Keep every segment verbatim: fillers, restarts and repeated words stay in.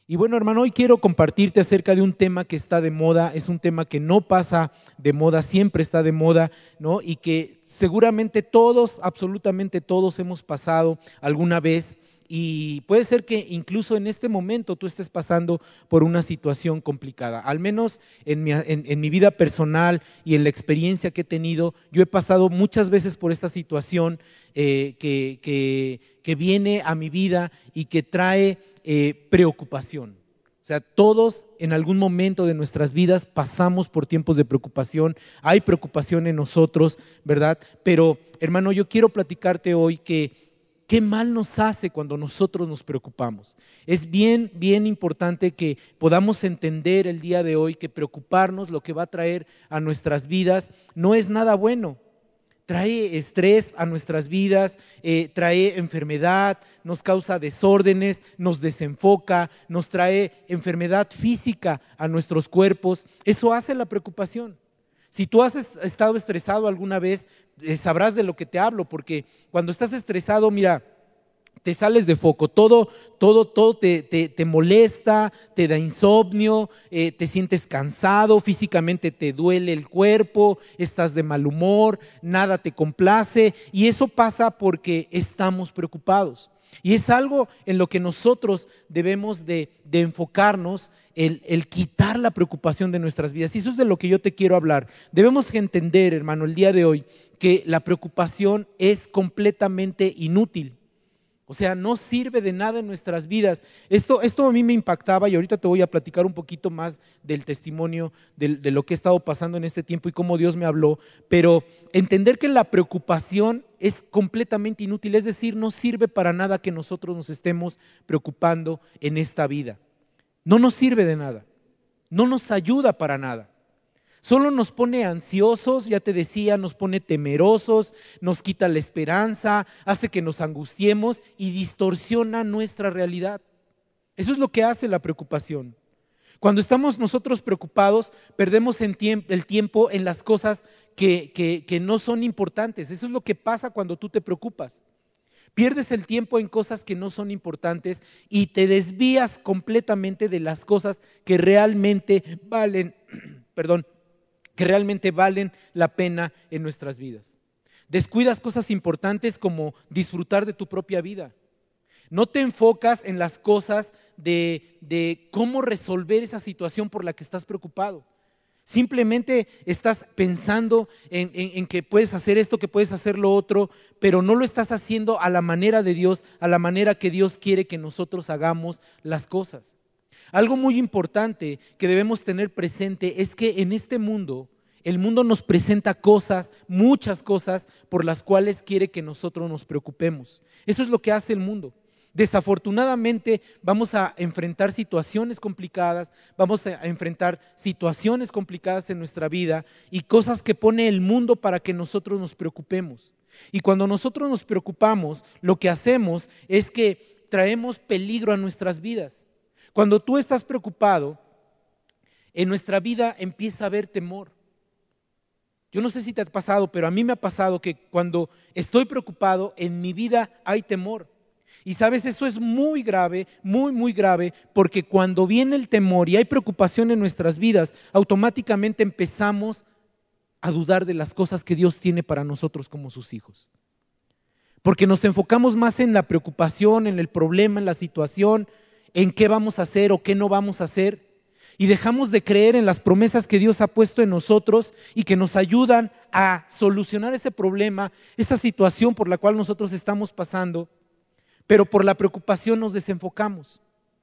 Y bueno, hermano, hoy quiero compartirte acerca de un tema que está de moda, es un tema que no pasa de moda, siempre está de moda, ¿no? Y que seguramente todos, absolutamente todos hemos pasado alguna vez. Y puede ser que incluso en este momento tú estés pasando por una situación complicada. Al menos en mi, en, en mi vida personal y en la experiencia que he tenido, yo he pasado muchas veces por esta situación eh, que, que, que viene a mi vida y que trae eh, preocupación. O sea, todos en algún momento de nuestras vidas pasamos por tiempos de preocupación, hay preocupación en nosotros, ¿verdad? Pero, hermano, yo quiero platicarte hoy que qué mal nos hace cuando nosotros nos preocupamos. Es bien, bien importante que podamos entender el día de hoy que preocuparnos, lo que va a traer a nuestras vidas, no es nada bueno. Trae estrés a nuestras vidas, eh, trae enfermedad, nos causa desórdenes, nos desenfoca, nos trae enfermedad física a nuestros cuerpos. Eso hace la preocupación. Si tú has estado estresado alguna vez, eh, sabrás de lo que te hablo, porque cuando estás estresado, mira, te sales de foco, todo, todo, todo te, te, te molesta, te da insomnio, eh, te sientes cansado, físicamente te duele el cuerpo, estás de mal humor, nada te complace, y eso pasa porque estamos preocupados. Y es algo en lo que nosotros debemos de, de enfocarnos, el, el quitar la preocupación de nuestras vidas. Y eso es de lo que yo te quiero hablar. Debemos entender, hermano, el día de hoy, que la preocupación es completamente inútil. O sea, no sirve de nada en nuestras vidas. Esto, esto a mí me impactaba y ahorita te voy a platicar un poquito más del testimonio de, de lo que he estado pasando en este tiempo y cómo Dios me habló. Pero entender que la preocupación es completamente inútil, es decir, no sirve para nada que nosotros nos estemos preocupando en esta vida. No nos sirve de nada, no nos ayuda para nada. Solo nos pone ansiosos, ya te decía, nos pone temerosos, nos quita la esperanza, hace que nos angustiemos y distorsiona nuestra realidad. Eso es lo que hace la preocupación. Cuando estamos nosotros preocupados, perdemos el tiempo en las cosas que, que, que no son importantes. Eso es lo que pasa cuando tú te preocupas. Pierdes el tiempo en cosas que no son importantes y te desvías completamente de las cosas que realmente valen, perdón, que realmente valen la pena en nuestras vidas. Descuidas cosas importantes como disfrutar de tu propia vida. No te enfocas en las cosas de, de cómo resolver esa situación por la que estás preocupado. Simplemente estás pensando en, en, en que puedes hacer esto, que puedes hacer lo otro, pero no lo estás haciendo a la manera de Dios, a la manera que Dios quiere que nosotros hagamos las cosas. Algo muy importante que debemos tener presente es que en este mundo, el mundo nos presenta cosas, muchas cosas por las cuales quiere que nosotros nos preocupemos. Eso es lo que hace el mundo. Desafortunadamente vamos a enfrentar situaciones complicadas, vamos a enfrentar situaciones complicadas en nuestra vida y cosas que pone el mundo para que nosotros nos preocupemos. Y cuando nosotros nos preocupamos, lo que hacemos es que traemos peligro a nuestras vidas. Cuando tú estás preocupado, en nuestra vida empieza a haber temor. Yo no sé si te ha pasado, pero a mí me ha pasado que cuando estoy preocupado, en mi vida hay temor. Y sabes, eso es muy grave, muy, muy grave, porque cuando viene el temor y hay preocupación en nuestras vidas, automáticamente empezamos a dudar de las cosas que Dios tiene para nosotros como sus hijos. Porque nos enfocamos más en la preocupación, en el problema, en la situación, en qué vamos a hacer o qué no vamos a hacer. Y dejamos de creer en las promesas que Dios ha puesto en nosotros y que nos ayudan a solucionar ese problema, esa situación por la cual nosotros estamos pasando, pero por la preocupación nos desenfocamos.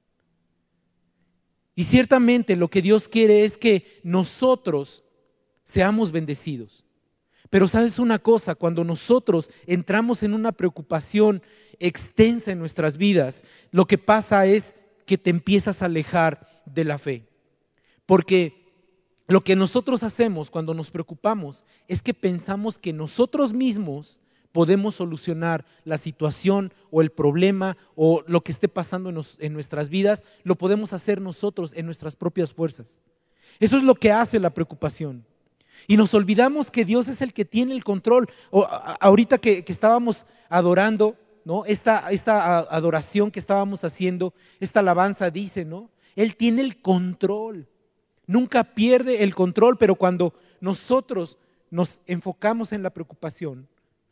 Y ciertamente lo que Dios quiere es que nosotros seamos bendecidos. Pero sabes una cosa, cuando nosotros entramos en una preocupación extensa en nuestras vidas, lo que pasa es que te empiezas a alejar de la fe. Porque lo que nosotros hacemos cuando nos preocupamos es que pensamos que nosotros mismos podemos solucionar la situación o el problema o lo que esté pasando en, nos, en nuestras vidas, lo podemos hacer nosotros en nuestras propias fuerzas. Eso es lo que hace la preocupación. Y nos olvidamos que Dios es el que tiene el control. O, a, ahorita que, que estábamos adorando, ¿no? Esta, esta adoración que estábamos haciendo, esta alabanza dice, ¿no? Él tiene el control, nunca pierde el control, pero cuando nosotros nos enfocamos en la preocupación,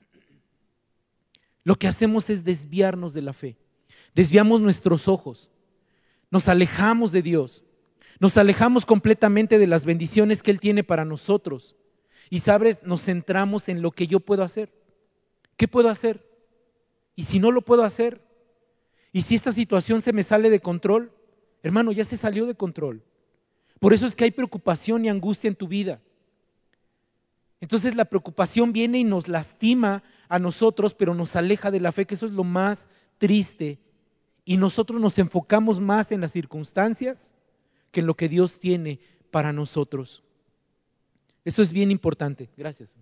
lo que hacemos es desviarnos de la fe, desviamos nuestros ojos, nos alejamos de Dios, nos alejamos completamente de las bendiciones que Él tiene para nosotros y, ¿sabes? Nos centramos en lo que yo puedo hacer. ¿Qué puedo hacer? Y si no lo puedo hacer, y si esta situación se me sale de control, hermano, ya se salió de control. Por eso es que hay preocupación y angustia en tu vida. Entonces la preocupación viene y nos lastima a nosotros, pero nos aleja de la fe, que eso es lo más triste. Y nosotros nos enfocamos más en las circunstancias que en lo que Dios tiene para nosotros. Eso es bien importante. Gracias.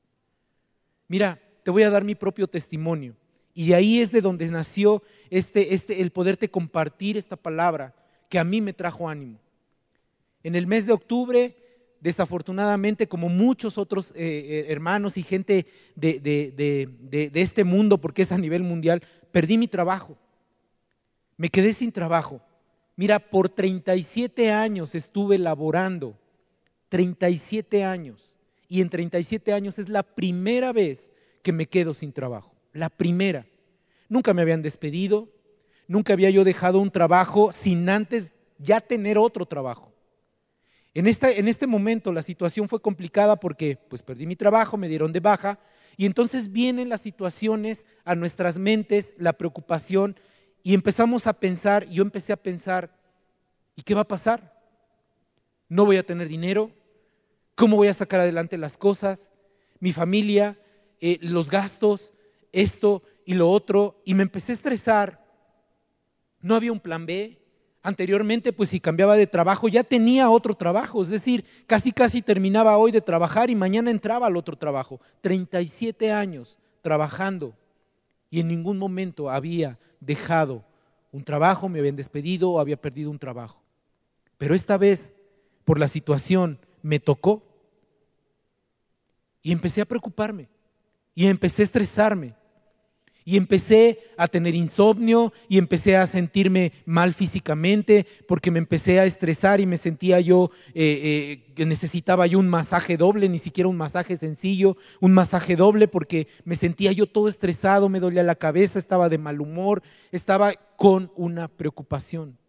Mira, te voy a dar mi propio testimonio. Y de ahí es de donde nació este, este, el poderte compartir esta palabra que a mí me trajo ánimo. En el mes de octubre, desafortunadamente, como muchos otros eh, hermanos y gente de, de, de, de, de este mundo, porque es a nivel mundial, perdí mi trabajo. Me quedé sin trabajo. Mira, por treinta y siete años estuve laborando, treinta y siete años. Y en treinta y siete años es la primera vez que me quedo sin trabajo. La primera. Nunca me habían despedido, nunca había yo dejado un trabajo sin antes ya tener otro trabajo. En, esta, en este momento la situación fue complicada porque pues perdí mi trabajo, me dieron de baja y entonces vienen las situaciones a nuestras mentes, la preocupación y empezamos a pensar, yo empecé a pensar, ¿y qué va a pasar? ¿No voy a tener dinero? ¿Cómo voy a sacar adelante las cosas? Mi familia, eh, los gastos, esto y lo otro, y me empecé a estresar. No había un plan B. Anteriormente, pues si cambiaba de trabajo, ya tenía otro trabajo, es decir, casi casi terminaba hoy de trabajar y mañana entraba al otro trabajo. treinta y siete años trabajando y en ningún momento había dejado un trabajo, me habían despedido o había perdido un trabajo. Pero esta vez, por la situación, me tocó y empecé a preocuparme y empecé a estresarme. Y empecé a tener insomnio y empecé a sentirme mal físicamente porque me empecé a estresar y me sentía yo eh, eh, que necesitaba yo un masaje doble, ni siquiera un masaje sencillo, un masaje doble porque me sentía yo todo estresado, me dolía la cabeza, estaba de mal humor, estaba con una preocupación.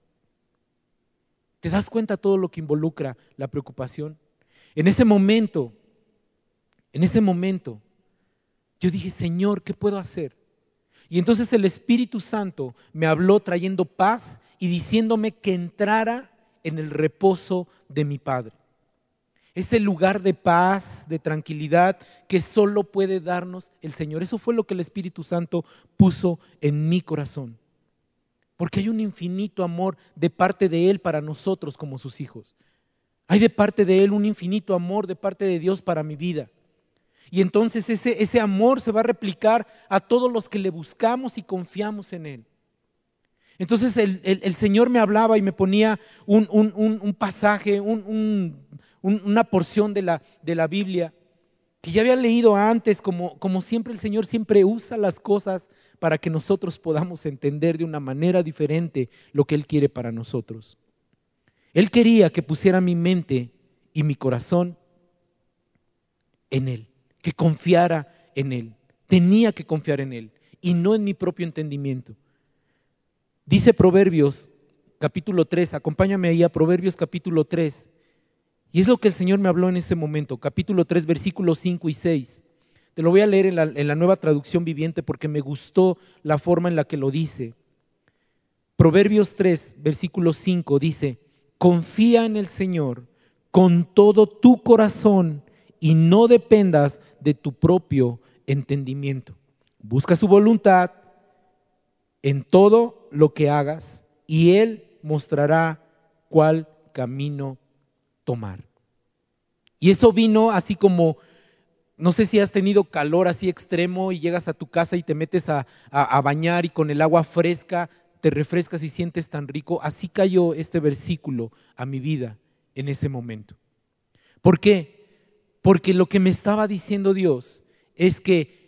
¿Te das cuenta todo lo que involucra la preocupación? En ese momento, en ese momento, yo dije, Señor, ¿qué puedo hacer? Y entonces el Espíritu Santo me habló trayendo paz y diciéndome que entrara en el reposo de mi Padre. Ese lugar de paz, de tranquilidad que solo puede darnos el Señor. Eso fue lo que el Espíritu Santo puso en mi corazón. Porque hay un infinito amor de parte de Él para nosotros como sus hijos. Hay de parte de Él un infinito amor de parte de Dios para mi vida. Y entonces ese, ese amor se va a replicar a todos los que le buscamos y confiamos en Él. Entonces el, el, el Señor me hablaba y me ponía un, un, un, un pasaje, un, un, un, una porción de la, de la Biblia que ya había leído antes, como, como siempre el Señor siempre usa las cosas para que nosotros podamos entender de una manera diferente lo que Él quiere para nosotros. Él quería que pusiera mi mente y mi corazón en Él. Que confiara en Él, tenía que confiar en Él y no en mi propio entendimiento. Dice Proverbios capítulo tres, acompáñame ahí a Proverbios capítulo tres, y es lo que el Señor me habló en ese momento, capítulo tres, versículos cinco y seis. Te lo voy a leer en la, en la Nueva Traducción Viviente porque me gustó la forma en la que lo dice. Proverbios tres, versículo cinco dice, confía en el Señor con todo tu corazón y no dependas de tu propio entendimiento. Busca su voluntad en todo lo que hagas y Él mostrará cuál camino tomar. Y eso vino así como, no sé si has tenido calor así extremo y llegas a tu casa y te metes a, a, a bañar y con el agua fresca te refrescas y sientes tan rico. Así cayó este versículo a mi vida en ese momento. ¿Por qué? Porque lo que me estaba diciendo Dios es que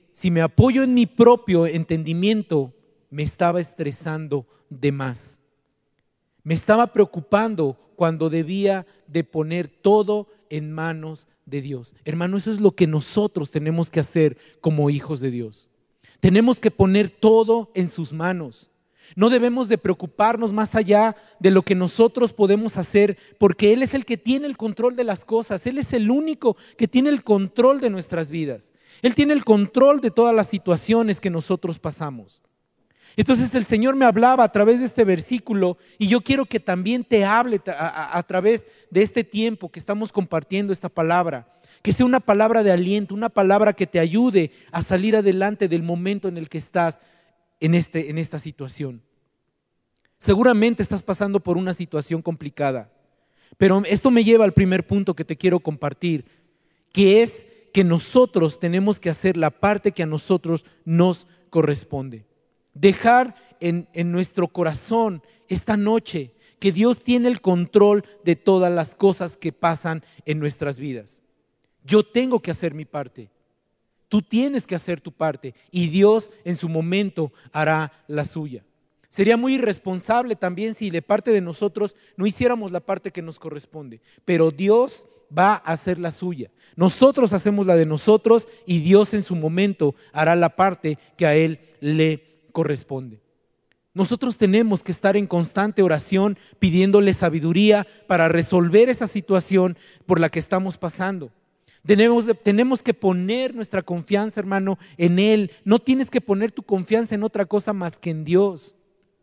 si me apoyo en mi propio entendimiento, me estaba estresando de más. Me estaba preocupando cuando debía de poner todo en manos de Dios. Hermano, eso es lo que nosotros tenemos que hacer como hijos de Dios. Tenemos que poner todo en sus manos. No debemos de preocuparnos más allá de lo que nosotros podemos hacer, porque Él es el que tiene el control de las cosas. Él es el único que tiene el control de nuestras vidas. Él tiene el control de todas las situaciones que nosotros pasamos. Entonces el Señor me hablaba a través de este versículo y yo quiero que también te hable a, a, a través de este tiempo que estamos compartiendo esta palabra. Que sea una palabra de aliento, una palabra que te ayude a salir adelante del momento en el que estás en, este, en esta situación. Seguramente estás pasando por una situación complicada, pero esto me lleva al primer punto que te quiero compartir, que es que nosotros tenemos que hacer la parte que a nosotros nos corresponde. Dejar en, en nuestro corazón esta noche que Dios tiene el control de todas las cosas que pasan en nuestras vidas. Yo tengo que hacer mi parte, tú tienes que hacer tu parte y Dios en su momento hará la suya. Sería muy irresponsable también si de parte de nosotros no hiciéramos la parte que nos corresponde, pero Dios va a hacer la suya. Nosotros hacemos la de nosotros y Dios en su momento hará la parte que a Él le corresponde. Nosotros tenemos que estar en constante oración pidiéndole sabiduría para resolver esa situación por la que estamos pasando. Tenemos, tenemos que poner nuestra confianza, hermano, en Él. No tienes que poner tu confianza en otra cosa más que en Dios.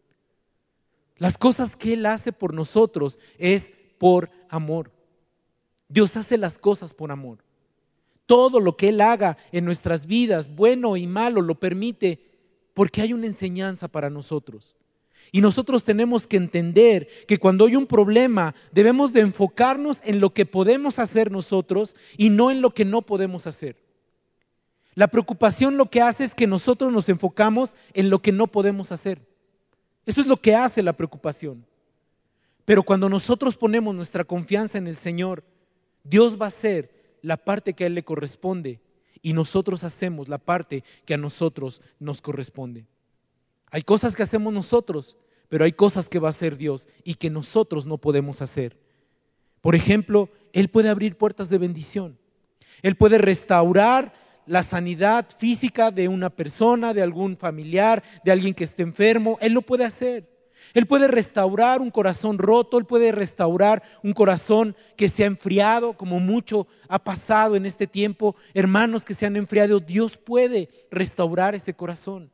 Las cosas que Él hace por nosotros es por amor. Dios hace las cosas por amor. Todo lo que Él haga en nuestras vidas, bueno y malo, lo permite porque hay una enseñanza para nosotros. Y nosotros tenemos que entender que cuando hay un problema debemos de enfocarnos en lo que podemos hacer nosotros y no en lo que no podemos hacer. La preocupación lo que hace es que nosotros nos enfocamos en lo que no podemos hacer. Eso es lo que hace la preocupación. Pero cuando nosotros ponemos nuestra confianza en el Señor, Dios va a hacer la parte que a Él le corresponde y nosotros hacemos la parte que a nosotros nos corresponde. Hay cosas que hacemos nosotros, pero hay cosas que va a hacer Dios y que nosotros no podemos hacer. Por ejemplo, Él puede abrir puertas de bendición. Él puede restaurar la sanidad física de una persona, de algún familiar, de alguien que esté enfermo. Él lo puede hacer. Él puede restaurar un corazón roto, Él puede restaurar un corazón que se ha enfriado, como mucho ha pasado en este tiempo. Hermanos que se han enfriado, Dios puede restaurar ese corazón.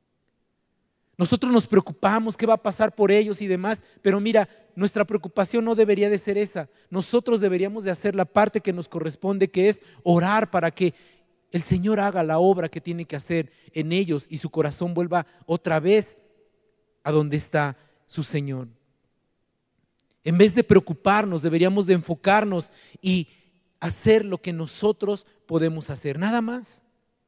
Nosotros nos preocupamos qué va a pasar por ellos y demás, pero mira, nuestra preocupación no debería de ser esa. Nosotros deberíamos de hacer la parte que nos corresponde, que es orar para que el Señor haga la obra que tiene que hacer en ellos y su corazón vuelva otra vez a donde está su Señor. En vez de preocuparnos, deberíamos de enfocarnos y hacer lo que nosotros podemos hacer, nada más.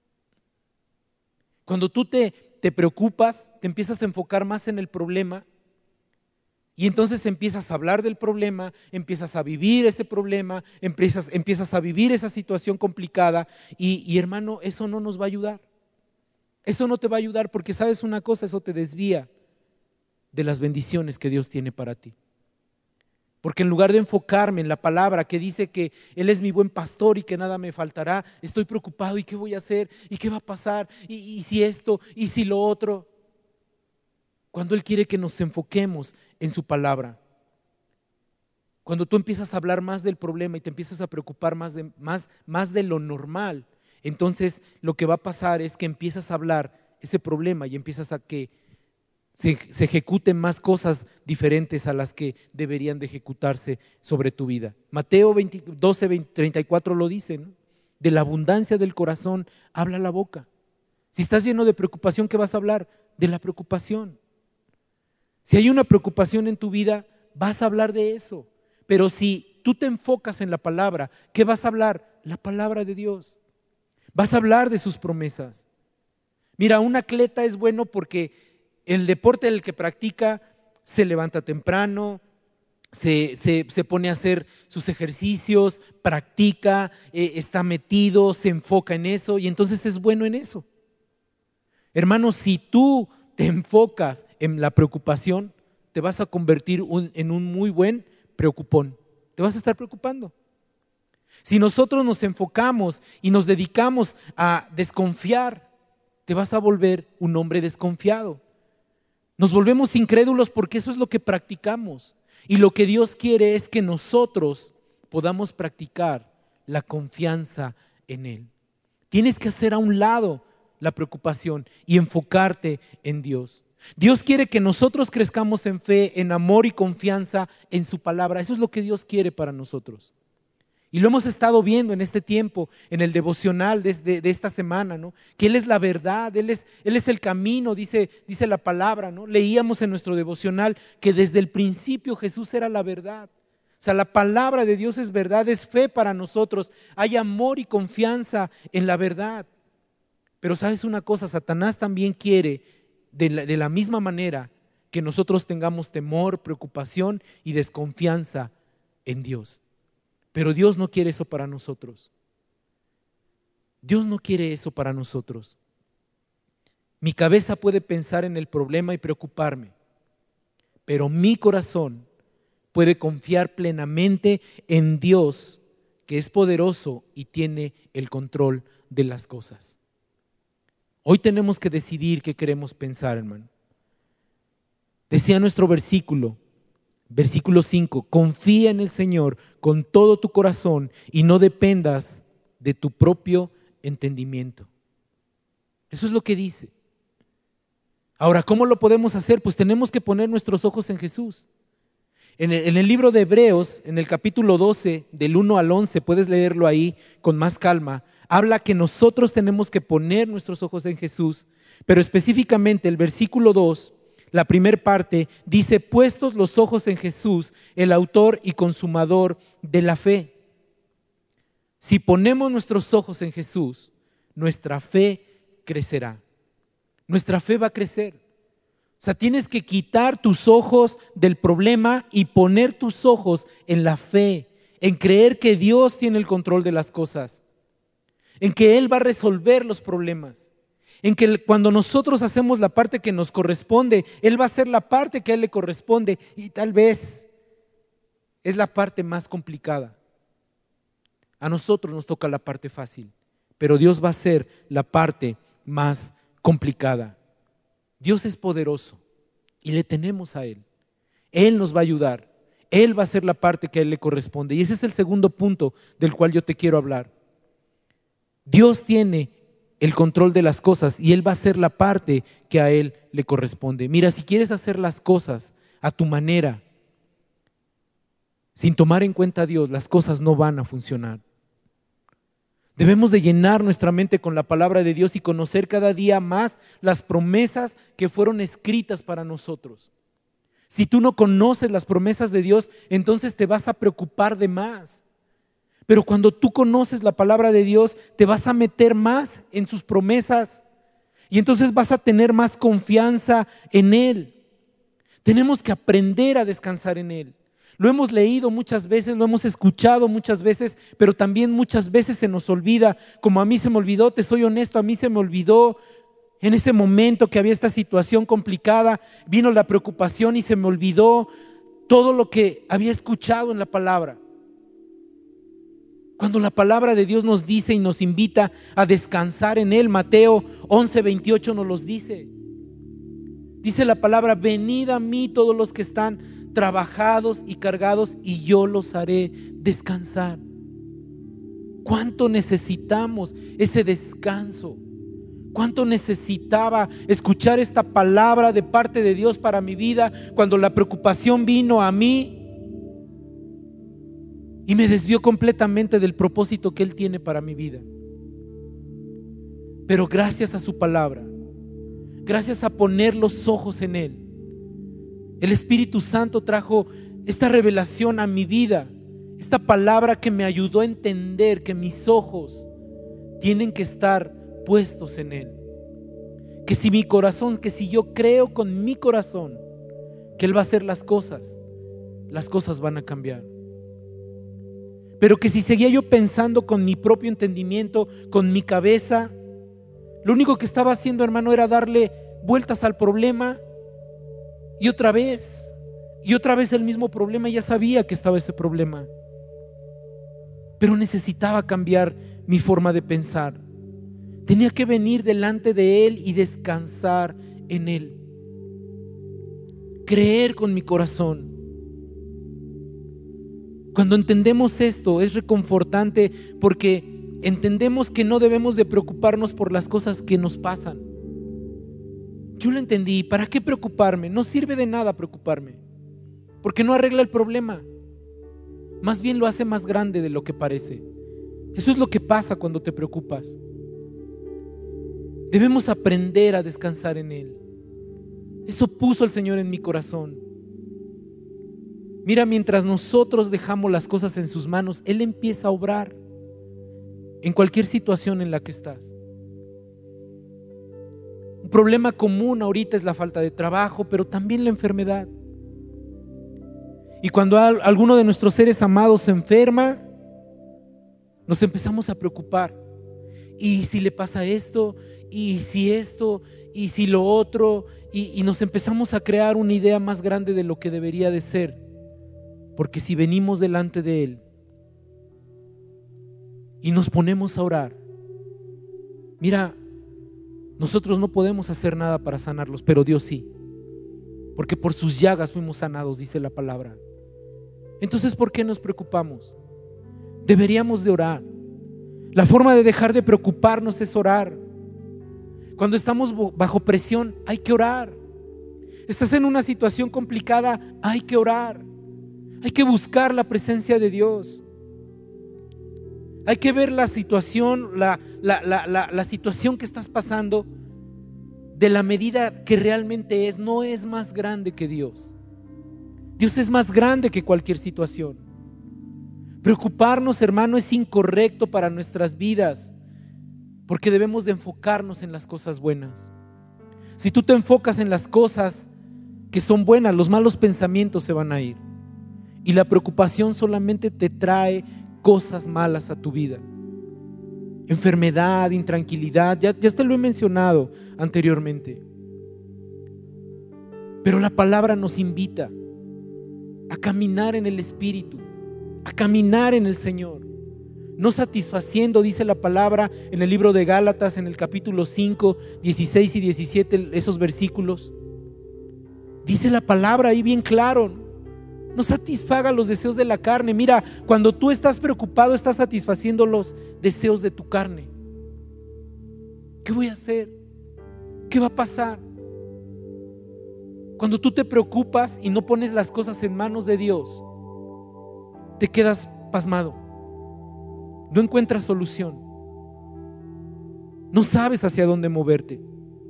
Cuando tú te, te preocupas, te empiezas a enfocar más en el problema y entonces empiezas a hablar del problema, empiezas a vivir ese problema, empiezas, empiezas a vivir esa situación complicada y, y hermano, eso no nos va a ayudar. Eso no te va a ayudar porque sabes una cosa, eso te desvía de las bendiciones que Dios tiene para ti. Porque en lugar de enfocarme en la palabra que dice que Él es mi buen pastor y que nada me faltará, estoy preocupado y qué voy a hacer y qué va a pasar y, y si esto y si lo otro. Cuando Él quiere que nos enfoquemos en su palabra. Cuando tú empiezas a hablar más del problema y te empiezas a preocupar más de, más, más de lo normal, entonces lo que va a pasar es que empiezas a hablar ese problema y empiezas a que Se, se ejecuten más cosas diferentes a las que deberían de ejecutarse sobre tu vida. Mateo doce, treinta y cuatro lo dice, ¿no? De la abundancia del corazón habla la boca. Si estás lleno de preocupación, ¿qué vas a hablar? De la preocupación. Si hay una preocupación en tu vida, vas a hablar de eso. Pero si tú te enfocas en la palabra, ¿qué vas a hablar? La palabra de Dios. Vas a hablar de sus promesas. Mira, un atleta es bueno porque el deporte del que practica se levanta temprano, se, se, se pone a hacer sus ejercicios, practica, eh, está metido, se enfoca en eso y entonces es bueno en eso. Hermano, si tú te enfocas en la preocupación, te vas a convertir un- en un muy buen preocupón. Te vas a estar preocupando. Si nosotros nos enfocamos y nos dedicamos a desconfiar, te vas a volver un hombre desconfiado. Nos volvemos incrédulos porque eso es lo que practicamos. Y lo que Dios quiere es que nosotros podamos practicar la confianza en Él. Tienes que hacer a un lado la preocupación y enfocarte en Dios. Dios quiere que nosotros crezcamos en fe, en amor y confianza en su palabra. Eso es lo que Dios quiere para nosotros. Y lo hemos estado viendo en este tiempo, en el devocional de, de- de esta semana, ¿no? Que Él es la verdad, Él es, Él es el camino, dice, dice la palabra, ¿no? Leíamos en nuestro devocional que desde el principio Jesús era la verdad. O sea, la palabra de Dios es verdad, es fe para nosotros. Hay amor y confianza en la verdad. Pero sabes una cosa, Satanás también quiere de la, de la misma manera que nosotros tengamos temor, preocupación y desconfianza en Dios. Pero Dios no quiere eso para nosotros. Dios no quiere eso para nosotros. Mi cabeza puede pensar en el problema y preocuparme, pero mi corazón puede confiar plenamente en Dios, que es poderoso y tiene el control de las cosas. Hoy tenemos que decidir qué queremos pensar, hermano. Decía nuestro versículo, versículo cinco, confía en el Señor con todo tu corazón y no dependas de tu propio entendimiento. Eso es lo que dice. Ahora, ¿cómo lo podemos hacer? Pues tenemos que poner nuestros ojos en Jesús. En el, en el libro de Hebreos, en el capítulo doce, del uno al once, puedes leerlo ahí con más calma, habla que nosotros tenemos que poner nuestros ojos en Jesús, pero específicamente el versículo dos, la primera parte, dice, puestos los ojos en Jesús, el autor y consumador de la fe. Si ponemos nuestros ojos en Jesús, nuestra fe crecerá. Nuestra fe va a crecer. O sea, tienes que quitar tus ojos del problema y poner tus ojos en la fe, en creer que Dios tiene el control de las cosas, en que Él va a resolver los problemas, en que cuando nosotros hacemos la parte que nos corresponde, Él va a hacer la parte que a Él le corresponde y tal vez es la parte más complicada. A nosotros nos toca la parte fácil, pero Dios va a hacer la parte más complicada. Dios es poderoso y le tenemos a Él. Él nos va a ayudar. Él va a hacer la parte que a Él le corresponde. Y ese es el segundo punto del cual yo te quiero hablar. Dios tiene el control de las cosas y Él va a hacer la parte que a Él le corresponde. Mira, si quieres hacer las cosas a tu manera, sin tomar en cuenta a Dios, las cosas no van a funcionar. Debemos de llenar nuestra mente con la palabra de Dios y conocer cada día más las promesas que fueron escritas para nosotros. Si tú no conoces las promesas de Dios, entonces te vas a preocupar de más. Pero cuando tú conoces la palabra de Dios, te vas a meter más en sus promesas y entonces vas a tener más confianza en Él. Tenemos que aprender a descansar en Él. Lo hemos leído muchas veces, lo hemos escuchado muchas veces, pero también muchas veces se nos olvida, como a mí se me olvidó, te soy honesto, a mí se me olvidó en ese momento que había esta situación complicada, vino la preocupación y se me olvidó todo lo que había escuchado en la palabra. Cuando la palabra de Dios nos dice y nos invita a descansar en Él, Mateo once veintiocho nos los dice. Dice la palabra, venid a mí todos los que están trabajados y cargados y yo los haré descansar. ¿Cuánto necesitamos ese descanso? ¿Cuánto necesitaba escuchar esta palabra de parte de Dios para mi vida cuando la preocupación vino a mí y me desvió completamente del propósito que Él tiene para mi vida? Pero gracias a su palabra, gracias a poner los ojos en Él, el Espíritu Santo trajo esta revelación a mi vida, esta palabra que me ayudó a entender que mis ojos tienen que estar puestos en Él. Que si mi corazón, que si yo creo con mi corazón que Él va a hacer las cosas, las cosas van a cambiar. Pero que si seguía yo pensando con mi propio entendimiento, con mi cabeza, Lo único que estaba haciendo, hermano, era darle vueltas al problema y otra vez, y otra vez el mismo problema. Ya sabía que estaba ese problema, pero necesitaba cambiar mi forma de pensar. Tenía que venir delante de Él y descansar en Él. Creer con mi corazón. Cuando entendemos esto es reconfortante porque entendemos que no debemos de preocuparnos por las cosas que nos pasan. Yo lo entendí. ¿Para qué preocuparme? No sirve de nada preocuparme, porque no arregla el problema. Más bien lo hace más grande de lo que parece. Eso es lo que pasa cuando te preocupas. Debemos aprender a descansar en Él. Eso puso el Señor en mi corazón. Mira, mientras nosotros dejamos las cosas en sus manos, Él empieza a obrar en cualquier situación en la que estás. Un problema común ahorita es la falta de trabajo, pero también la enfermedad. Y cuando alguno de nuestros seres amados se enferma, nos empezamos a preocupar. ¿Y si le pasa esto? ¿Y si esto? ¿Y si lo otro? Y, y nos empezamos a crear una idea más grande de lo que debería de ser. Porque si venimos delante de Él y nos ponemos a orar, mira, nosotros no podemos hacer nada para sanarlos, pero Dios sí. Porque por sus llagas fuimos sanados, dice la palabra. Entonces, ¿por qué nos preocupamos? Deberíamos de orar. La forma de dejar de preocuparnos es orar. Cuando estamos bajo presión, hay que orar. Estás en una situación complicada, hay que orar. Hay que buscar la presencia de Dios. Hay que ver la situación, la, la, la, la, la situación que estás pasando de la medida que realmente es. No es más grande que Dios. Dios es más grande que cualquier situación. Preocuparnos, hermano, es incorrecto para nuestras vidas, porque debemos de enfocarnos en las cosas buenas. Si tú te enfocas en las cosas que son buenas, los malos pensamientos se van a ir. Y la preocupación solamente te trae cosas malas a tu vida. Enfermedad, intranquilidad, ya, ya te lo he mencionado anteriormente. Pero la palabra nos invita a caminar en el Espíritu, a caminar en el Señor, no satisfaciendo, dice la palabra en el libro de Gálatas, en el capítulo cinco, dieciséis y diecisiete, esos versículos. Dice la palabra ahí bien claro: no satisfaga los deseos de la carne. Mira, cuando tú estás preocupado, estás satisfaciendo los deseos de tu carne. ¿Qué voy a hacer? ¿Qué va a pasar? Cuando tú te preocupas y no pones las cosas en manos de Dios, te quedas pasmado. No encuentras solución. No sabes hacia dónde moverte.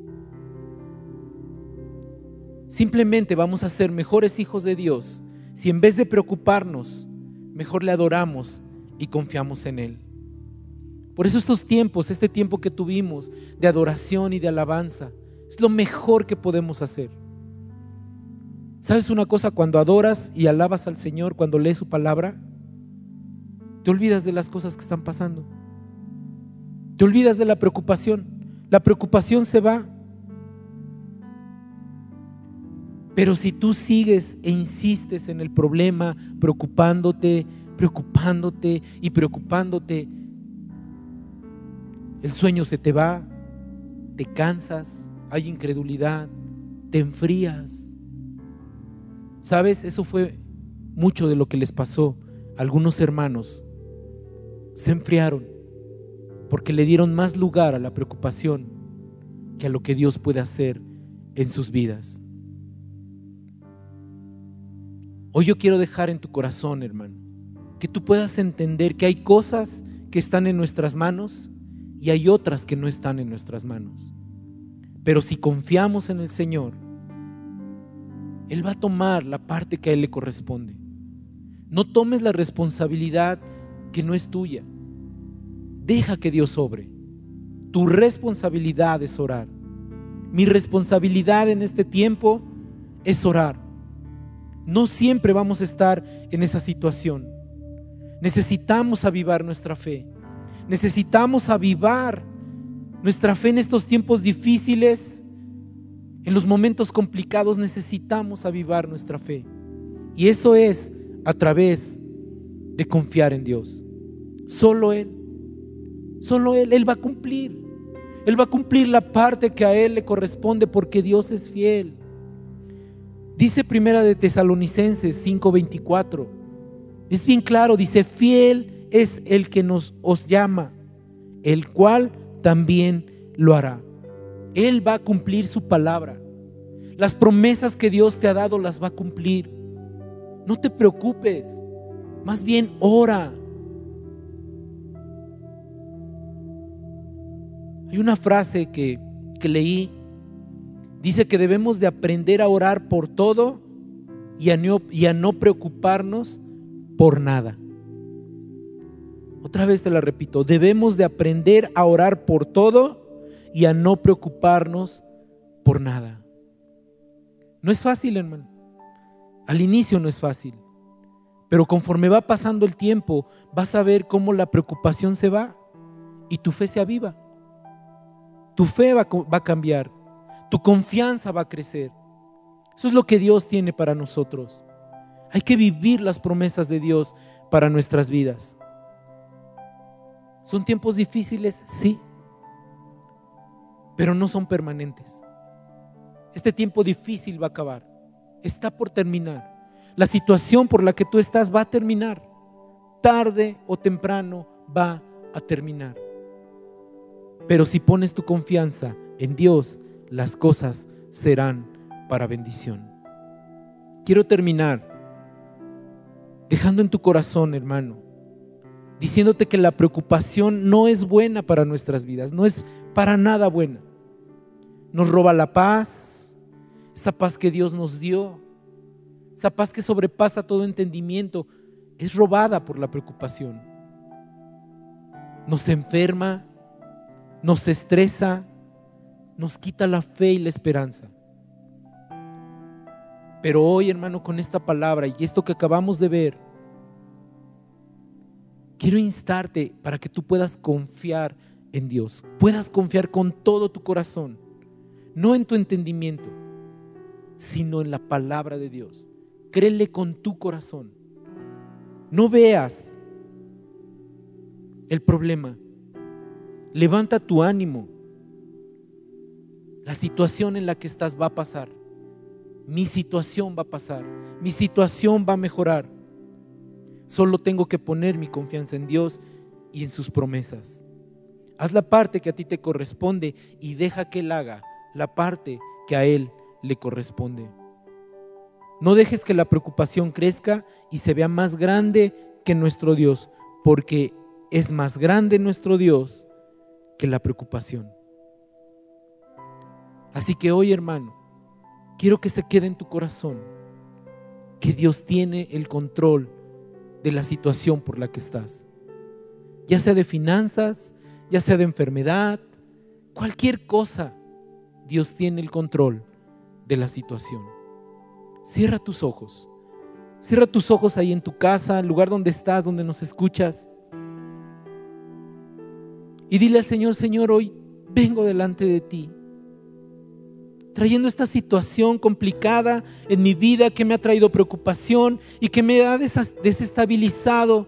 Simplemente vamos a ser mejores hijos de Dios si en vez de preocuparnos, mejor le adoramos y confiamos en Él. Por eso estos tiempos, este tiempo que tuvimos de adoración y de alabanza, es lo mejor que podemos hacer. ¿Sabes una cosa? Cuando adoras y alabas al Señor, cuando lees su palabra, te olvidas de las cosas que están pasando. Te olvidas de la preocupación. La preocupación se va. Pero si tú sigues e insistes en el problema, preocupándote, preocupándote y preocupándote, el sueño se te va, te cansas, hay incredulidad, te enfrías. ¿Sabes? Eso fue mucho de lo que les pasó a algunos hermanos. Se enfriaron porque le dieron más lugar a la preocupación que a lo que Dios puede hacer en sus vidas. Hoy yo quiero dejar en tu corazón, hermano, que tú puedas entender que hay cosas que están en nuestras manos y hay otras que no están en nuestras manos. Pero si confiamos en el Señor, Él va a tomar la parte que a Él le corresponde. No tomes la responsabilidad que no es tuya. Deja que Dios obre. Tu responsabilidad es orar. Mi responsabilidad en este tiempo es orar. No siempre vamos a estar en esa situación. Necesitamos avivar nuestra fe. Necesitamos avivar Nuestra fe en estos tiempos difíciles, en los momentos complicados, necesitamos avivar nuestra fe. Y eso es a través de confiar en Dios. Solo Él, solo Él, Él va a cumplir. Él va a cumplir la parte que a Él le corresponde porque Dios es fiel. Dice Primera de Tesalonicenses cinco veinticuatro. Es bien claro, dice: fiel es el que nos os llama, el cual también lo hará. Él va a cumplir su palabra. Las promesas que Dios te ha dado las va a cumplir. No te preocupes, más bien ora. Hay una frase que, que leí, dice que debemos de aprender a orar por todo y a, no, y a no preocuparnos por nada. Otra vez te la repito, debemos de aprender a orar por todo y a no preocuparnos por nada. No es fácil, hermano. Al inicio no es fácil, pero conforme va pasando el tiempo, vas a ver cómo la preocupación se va y tu fe se aviva. Tu fe va, va a cambiar, tu confianza va a crecer. Eso es lo que Dios tiene para nosotros. Hay que vivir las promesas de Dios para nuestras vidas. ¿Son tiempos difíciles? Sí, pero no son permanentes. Este tiempo difícil va a acabar, está por terminar. La situación por la que tú estás va a terminar. Tarde o temprano va a terminar. Pero si pones tu confianza en Dios, las cosas serán para bendición. Quiero terminar dejando en tu corazón, hermano, diciéndote que la preocupación no es buena para nuestras vidas, no es para nada buena. Nos roba la paz, esa paz que Dios nos dio, esa paz que sobrepasa todo entendimiento, es robada por la preocupación. Nos enferma, nos estresa, nos quita la fe y la esperanza. Pero hoy, hermano, con esta palabra y esto que acabamos de ver, quiero instarte para que tú puedas confiar en Dios, puedas confiar con todo tu corazón, no en tu entendimiento, sino en la palabra de Dios. Créele con tu corazón. No veas el problema. Levanta tu ánimo. La situación en la que estás va a pasar. Mi situación va a pasar. Mi situación va a mejorar. Solo tengo que poner mi confianza en Dios y en sus promesas. Haz la parte que a ti te corresponde y deja que Él haga la parte que a Él le corresponde. No dejes que la preocupación crezca y se vea más grande que nuestro Dios, porque es más grande nuestro Dios que la preocupación. Así que hoy, hermano, quiero que se quede en tu corazón que Dios tiene el control de la situación por la que estás, ya sea de finanzas, ya sea de enfermedad, cualquier cosa. Dios tiene el control de la situación. Cierra tus ojos, cierra tus ojos ahí en tu casa, el lugar donde estás, donde nos escuchas, y dile al Señor: Señor, hoy vengo delante de ti, trayendo esta situación complicada en mi vida que me ha traído preocupación y que me ha desestabilizado.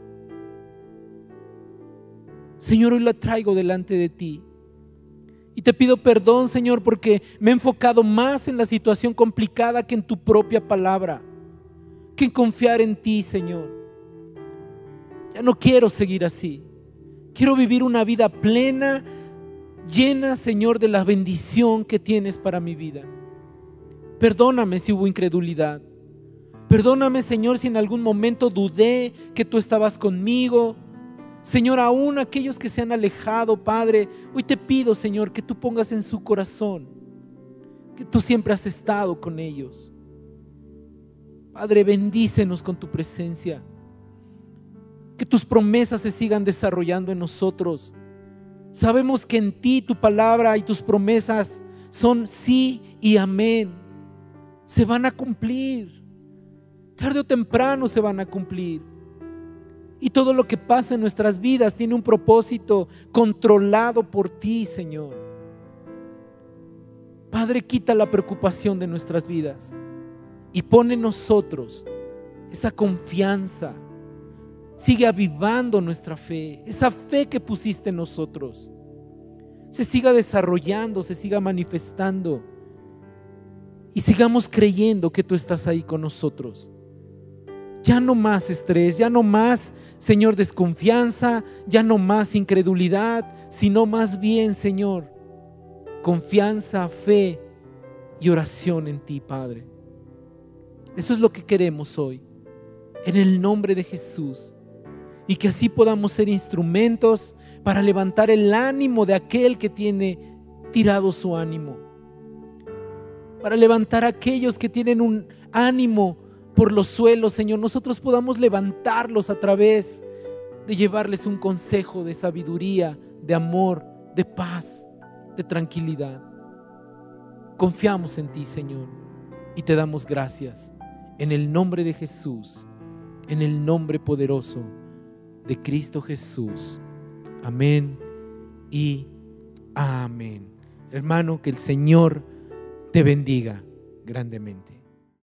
Señor, hoy la traigo delante de ti. Y te pido perdón, Señor, porque me he enfocado más en la situación complicada que en tu propia palabra, que en confiar en ti, Señor. Ya no quiero seguir así. Quiero vivir una vida plena, llena, Señor, de la bendición que tienes para mi vida. Perdóname si hubo incredulidad. Perdóname, Señor, si en algún momento dudé que tú estabas conmigo. Señor, aún aquellos que se han alejado, Padre, hoy te pido, Señor, que tú pongas en su corazón que tú siempre has estado con ellos. Padre, bendícenos con tu presencia. Que tus promesas se sigan desarrollando en nosotros. Sabemos que en ti tu palabra y tus promesas son sí y amén. Se van a cumplir. Tarde o temprano se van a cumplir. Y todo lo que pasa en nuestras vidas tiene un propósito controlado por ti, Señor. Padre, quita la preocupación de nuestras vidas y pone en nosotros esa confianza. Sigue avivando nuestra fe, esa fe que pusiste en nosotros. Se siga desarrollando, se siga manifestando y sigamos creyendo que tú estás ahí con nosotros. Ya no más estrés, ya no más, Señor, desconfianza, ya no más incredulidad, sino más bien, Señor, confianza, fe y oración en ti, Padre. Eso es lo que queremos hoy, en el nombre de Jesús, y que así podamos ser instrumentos para levantar el ánimo de aquel que tiene tirado su ánimo, para levantar a aquellos que tienen un ánimo por los suelos, Señor. Nosotros podamos levantarlos a través de llevarles un consejo de sabiduría, de amor, de paz, de tranquilidad. Confiamos en ti, Señor, y te damos gracias en el nombre de Jesús, en el nombre poderoso de Cristo Jesús. Amén y amén. Hermano, que el Señor te bendiga grandemente.